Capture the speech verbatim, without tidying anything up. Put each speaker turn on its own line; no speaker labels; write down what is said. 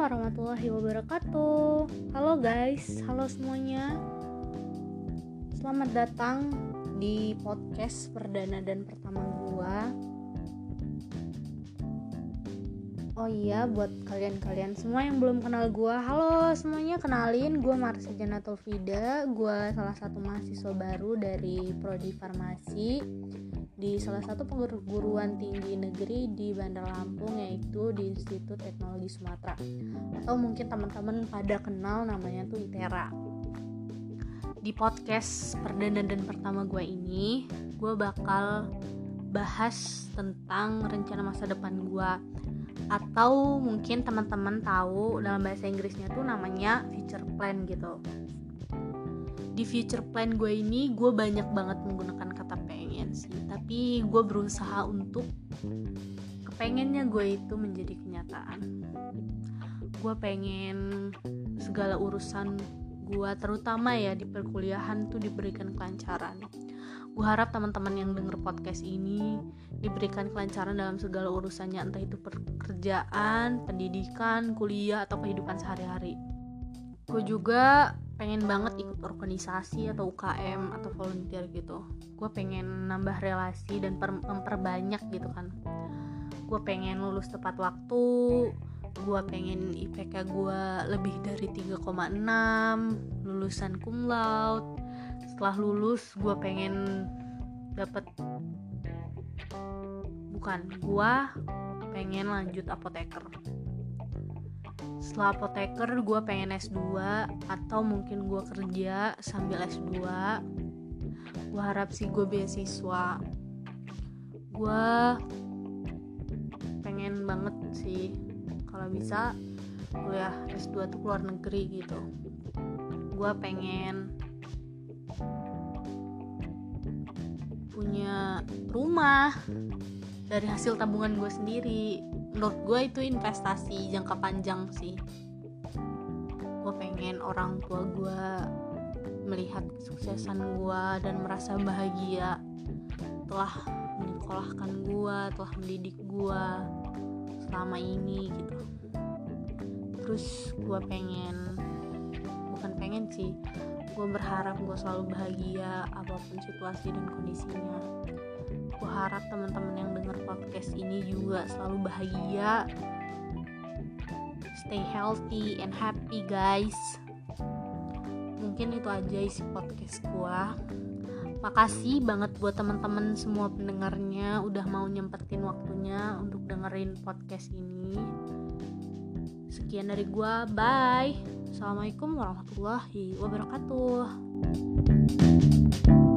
warahmatullahi wabarakatuh. Halo guys, halo semuanya. Selamat datang di podcast perdana dan pertama gua. Oh iya, buat kalian-kalian semua yang belum kenal gua, halo semuanya, kenalin, gua Marsha Janatul Fida. Gua salah satu mahasiswa baru dari Prodi Farmasi di salah satu perguruan tinggi negeri di Bandar Lampung, yaitu di Institut Teknologi Sumatera, atau mungkin teman-teman pada kenal namanya tuh ITERA. Di podcast perdana dan pertama gue ini, gue bakal bahas tentang rencana masa depan gue, atau mungkin teman-teman tahu dalam bahasa Inggrisnya tuh namanya future plan gitu. Di future plan gue ini gue banyak banget menggunakan kata pengen sih, tapi gue berusaha untuk kepengennya gue itu menjadi kenyataan. Gue pengen segala urusan gue, terutama ya di perkuliahan tuh diberikan kelancaran. Gue harap teman-teman yang denger podcast ini diberikan kelancaran dalam segala urusannya, entah itu pekerjaan, pendidikan, kuliah, atau kehidupan sehari-hari. Gue juga pengen banget ikut organisasi atau U K M atau volunteer gitu. Gue pengen nambah relasi dan per- memperbanyak gitu kan. Gue pengen lulus tepat waktu. Gue pengen I P K gue lebih dari tiga koma enam, lulusan cum laude. Setelah lulus gue pengen dapet bukan gue pengen lanjut apoteker. Setelah apoteker gue pengen S dua, atau mungkin gue kerja sambil S dua. Gue harap sih gue beasiswa. Gue pengen banget sih kalau bisa kuliah S dua tuh keluar negeri gitu. Gue pengen punya rumah dari hasil tabungan gue sendiri. Menurut gue itu investasi jangka panjang sih. Gue pengen orang tua gue melihat kesuksesan gue dan merasa bahagia telah menyekolahkan gue, telah mendidik gue selama ini gitu. Terus gue pengen, bukan pengen sih, gue berharap gue selalu bahagia apapun situasi dan kondisinya. Gue harap teman-teman yang dengar podcast ini juga selalu bahagia. Stay healthy and happy guys. Mungkin itu aja isi podcast gue. Makasih banget buat teman-teman semua pendengarnya udah mau nyempetin waktunya untuk dengerin podcast ini. Sekian dari gue, bye. Assalamualaikum warahmatullahi wabarakatuh.